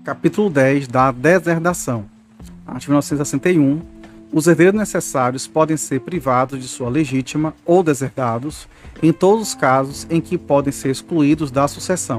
Capítulo 10 da deserdação. Artigo 1961. Os herdeiros necessários podem ser privados de sua legítima ou deserdados em todos os casos em que podem ser excluídos da sucessão.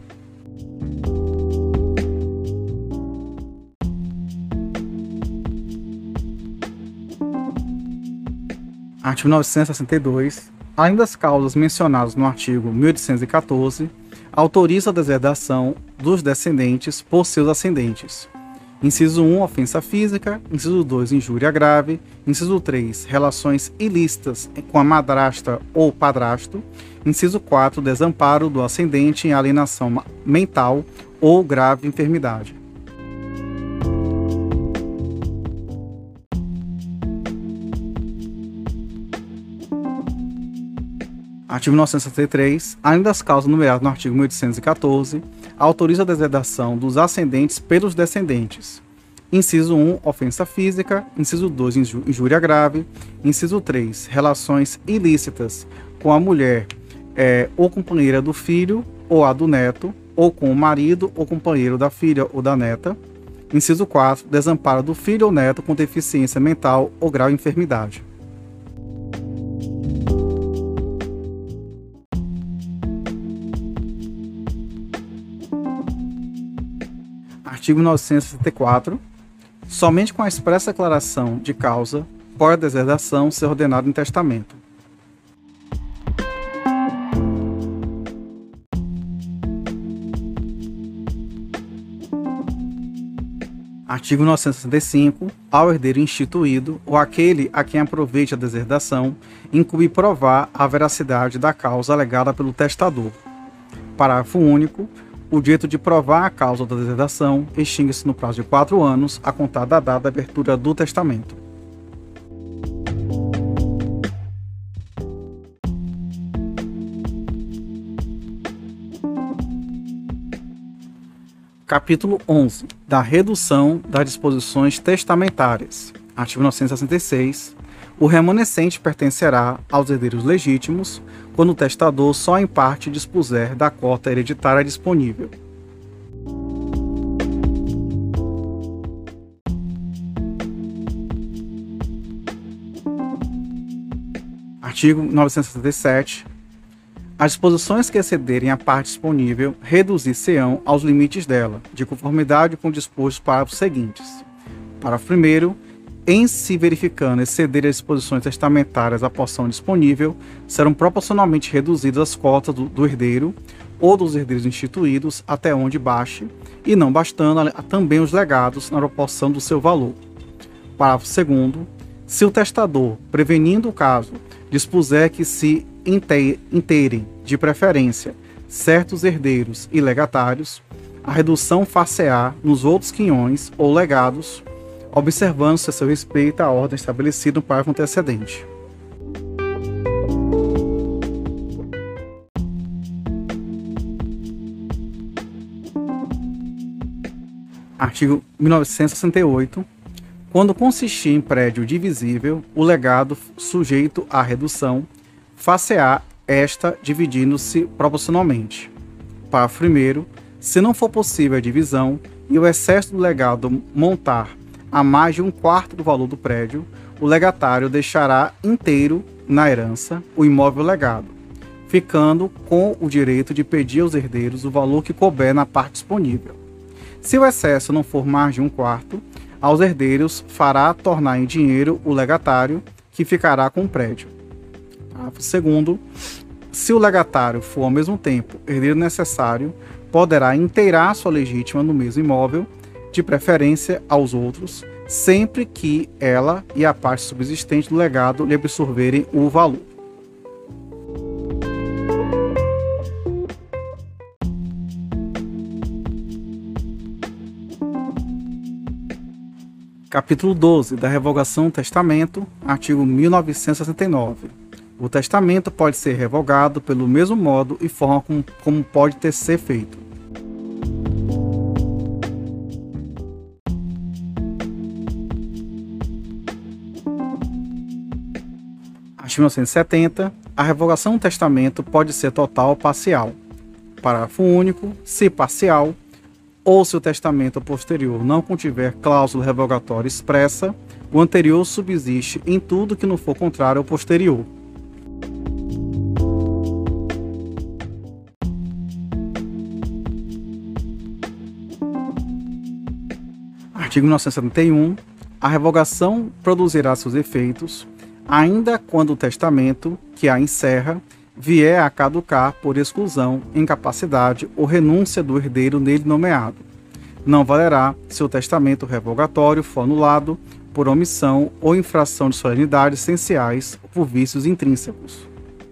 Artigo 962. Além das causas mencionadas no artigo 1814, autoriza a deserdação dos descendentes por seus ascendentes. Inciso 1, ofensa física. Inciso 2, injúria grave. Inciso 3, relações ilícitas com a madrasta ou padrasto. Inciso 4, desamparo do ascendente em alienação mental ou grave enfermidade. Artigo 963. Além das causas enumeradas no artigo 1814, autoriza a deserdação dos ascendentes pelos descendentes. Inciso 1, ofensa física. Inciso 2, injúria grave. Inciso 3, relações ilícitas com a mulher ou companheira do filho ou a do neto, ou com o marido ou companheiro da filha ou da neta. Inciso 4, desamparo do filho ou neto com deficiência mental ou grave enfermidade. Artigo 964. Somente com a expressa declaração de causa pode a deserdação ser ordenada em testamento. Artigo 965. Ao herdeiro instituído ou aquele a quem aproveite a deserdação, incumbe provar a veracidade da causa alegada pelo testador. Parágrafo único. O direito de provar a causa da deserdação extingue-se no prazo de 4 anos, a contar da data da abertura do testamento. Capítulo 11. Da redução das disposições testamentárias. Artigo 966. O remanescente pertencerá aos herdeiros legítimos quando o testador só em parte dispuser da cota hereditária disponível. Artigo 967. As disposições que excederem a parte disponível reduzir-se-ão aos limites dela, de conformidade com o disposto dos parágrafos seguintes. Parágrafo 1º. Em se verificando exceder as disposições testamentárias à porção disponível, serão proporcionalmente reduzidas as cotas do herdeiro ou dos herdeiros instituídos até onde baixe, e não bastando também os legados na proporção do seu valor. Parágrafo 2º. Se o testador, prevenindo o caso, dispuser que se inteirem, de preferência, certos herdeiros e legatários, a redução far-se-á nos outros quinhões ou legados, observando-se a seu respeito à ordem estabelecida no parágrafo antecedente. Artigo 1968. Quando consistir em prédio divisível, o legado sujeito à redução, far-se-á esta dividindo-se proporcionalmente. Parágrafo 1º. Se não for possível a divisão e o excesso do legado montar a mais de 1/4 do valor do prédio, o legatário deixará inteiro na herança o imóvel legado, ficando com o direito de pedir aos herdeiros o valor que couber na parte disponível. Se o excesso não for mais de 1/4, aos herdeiros fará tornar em dinheiro o legatário, que ficará com o prédio. Parágrafo 2º. Se o legatário for ao mesmo tempo herdeiro necessário, poderá inteirar sua legítima no mesmo imóvel, de preferência aos outros, sempre que ela e a parte subsistente do legado lhe absorverem o valor. Capítulo 12. Da revogação do testamento. Artigo 1969. O testamento pode ser revogado pelo mesmo modo e forma como pode ter ser feito. Artigo 1970. A revogação do testamento pode ser total ou parcial. Parágrafo único. Se parcial, ou se o testamento posterior não contiver cláusula revogatória expressa, o anterior subsiste em tudo que não for contrário ao posterior. Artigo 1971. A revogação produzirá seus efeitos, ainda quando o testamento, que a encerra, vier a caducar por exclusão, incapacidade ou renúncia do herdeiro nele nomeado. Não valerá se o testamento revogatório for anulado por omissão ou infração de solenidades essenciais ou por vícios intrínsecos.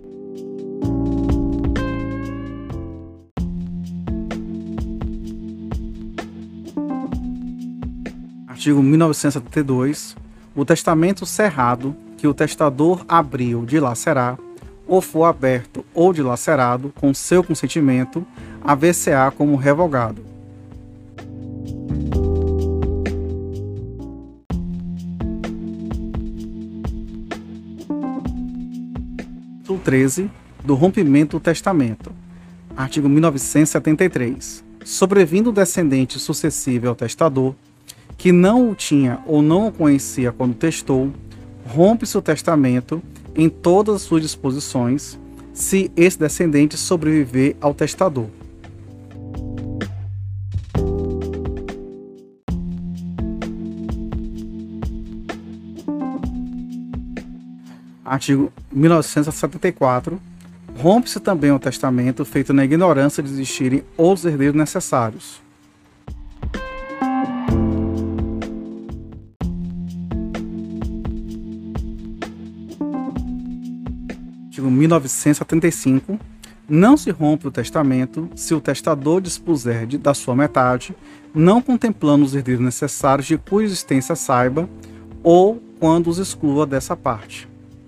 Artigo 1972. O testamento cerrado que o testador abriu dilacerar, ou for aberto ou dilacerado com seu consentimento, haver-se-á como revogado. Capítulo 13. Do rompimento do testamento. Artigo 1973. Sobrevindo o descendente sucessível ao testador, que não o tinha ou não o conhecia quando testou, rompe-se o testamento em todas as suas disposições, se esse descendente sobreviver ao testador. Artigo 1974. Rompe-se também o testamento feito na ignorância de existirem outros herdeiros necessários. Artigo 1975. Não se rompe o testamento se o testador dispuser da sua metade, não contemplando os herdeiros necessários de cuja existência saiba, ou quando os exclua dessa parte.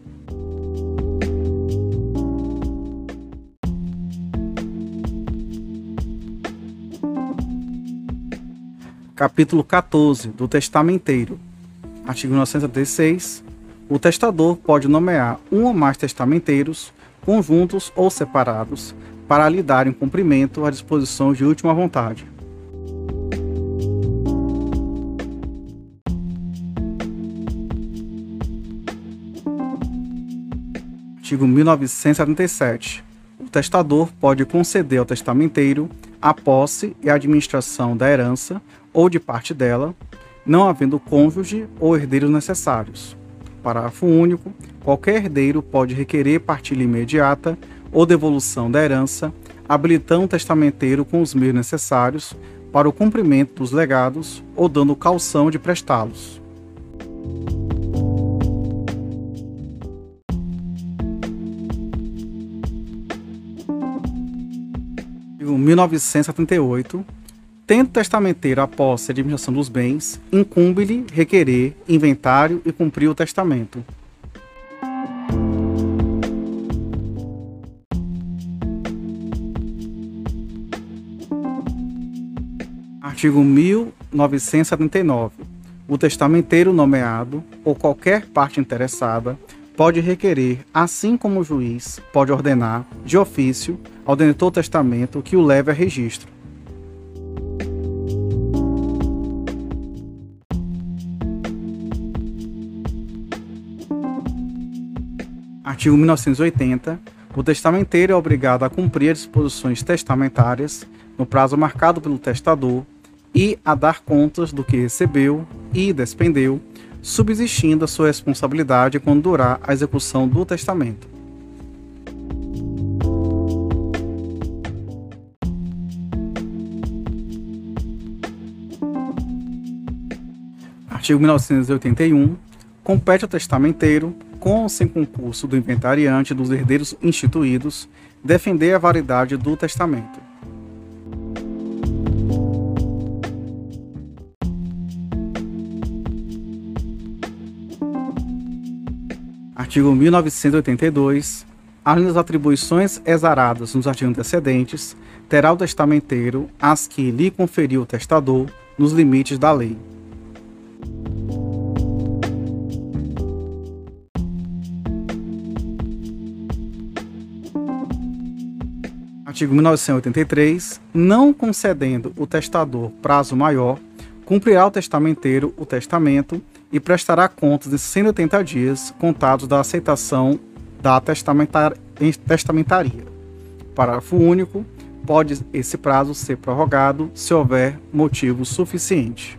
Capítulo 14. Do testamenteiro. Artigo 1976. O testador pode nomear um ou mais testamenteiros, conjuntos ou separados, para lhe darem cumprimento às disposições de última vontade. Artigo 1977. O testador pode conceder ao testamenteiro a posse e a administração da herança ou de parte dela, não havendo cônjuge ou herdeiros necessários. Parágrafo único. Qualquer herdeiro pode requerer partilha imediata ou devolução da herança, habilitando o testamenteiro com os meios necessários para o cumprimento dos legados ou dando caução de prestá-los. Artigo 1978. Tendo o testamenteiro a posse e a administração dos bens, incumbe-lhe requerer inventário e cumprir o testamento. Artigo 1979. O testamenteiro nomeado, ou qualquer parte interessada, pode requerer, assim como o juiz pode ordenar, de ofício, ao detentor do testamento que o leve a registro. Artigo 1980. O testamenteiro é obrigado a cumprir as disposições testamentárias no prazo marcado pelo testador e a dar contas do que recebeu e despendeu, subsistindo a sua responsabilidade quando durar a execução do testamento. Artigo 1981. Compete ao testamenteiro, com ou sem concurso do inventariante dos herdeiros instituídos, defender a validade do testamento. Artigo 1982. Além das atribuições exaradas nos artigos antecedentes, terá o testamenteiro as que lhe conferiu o testador nos limites da lei. Artigo Artigo 1983. Não concedendo o testador prazo maior, cumprirá o testamenteiro o testamento e prestará contas em 180 dias contados da aceitação da testamentaria. Parágrafo único. Pode esse prazo ser prorrogado se houver motivo suficiente.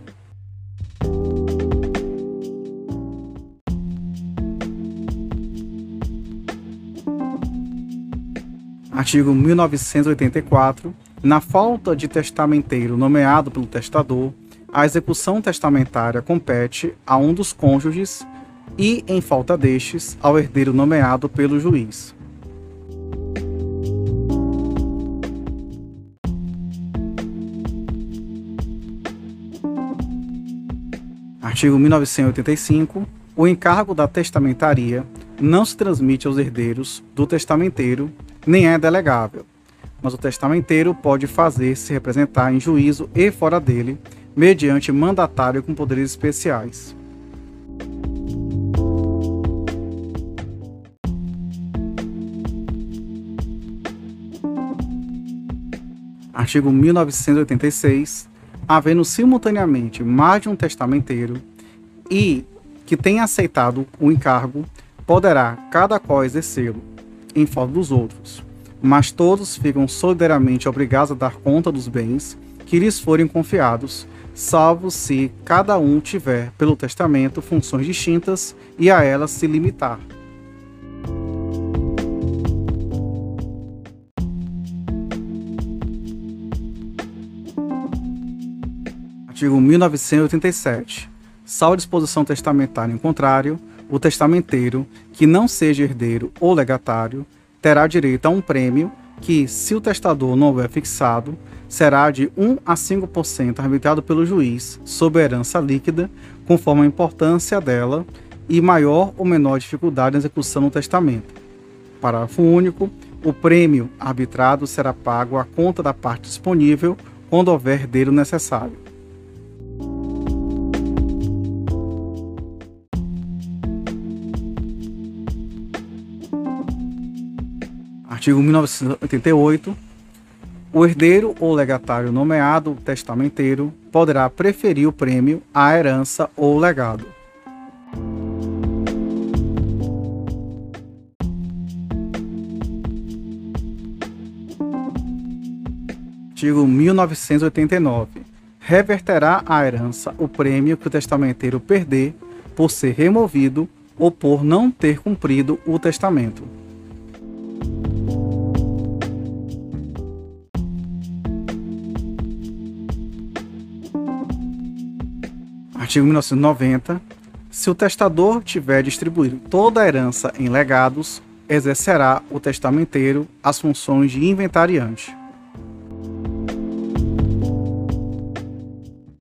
Artigo 1984. Na falta de testamenteiro nomeado pelo testador, a execução testamentária compete a um dos cônjuges e, em falta destes, ao herdeiro nomeado pelo juiz. Artigo 1985. O encargo da testamentaria não se transmite aos herdeiros do testamenteiro, nem é delegável, mas o testamenteiro pode fazer-se representar em juízo e fora dele, mediante mandatário com poderes especiais. Artigo 1986. Havendo simultaneamente mais de um testamenteiro e que tenha aceitado o encargo, poderá cada qual exercê-lo em favor dos outros, mas todos ficam solidariamente obrigados a dar conta dos bens que lhes forem confiados, salvo se cada um tiver, pelo testamento, funções distintas e a elas se limitar. Artigo 1987. Salvo a disposição testamentária em contrário, o testamenteiro, que não seja herdeiro ou legatário, terá direito a um prêmio que, se o testador não houver fixado, será de 1 a 5% arbitrado pelo juiz sob a herança líquida, conforme a importância dela e maior ou menor dificuldade na execução do testamento. Parágrafo único. O prêmio arbitrado será pago à conta da parte disponível quando houver herdeiro necessário. Artigo 1988. O herdeiro ou legatário nomeado testamenteiro poderá preferir o prêmio à herança ou legado. Artigo 1989. Reverterá à herança o prêmio que o testamenteiro perder por ser removido ou por não ter cumprido o testamento. Artigo 1990. Se o testador tiver distribuído toda a herança em legados, exercerá o testamenteiro as funções de inventariante.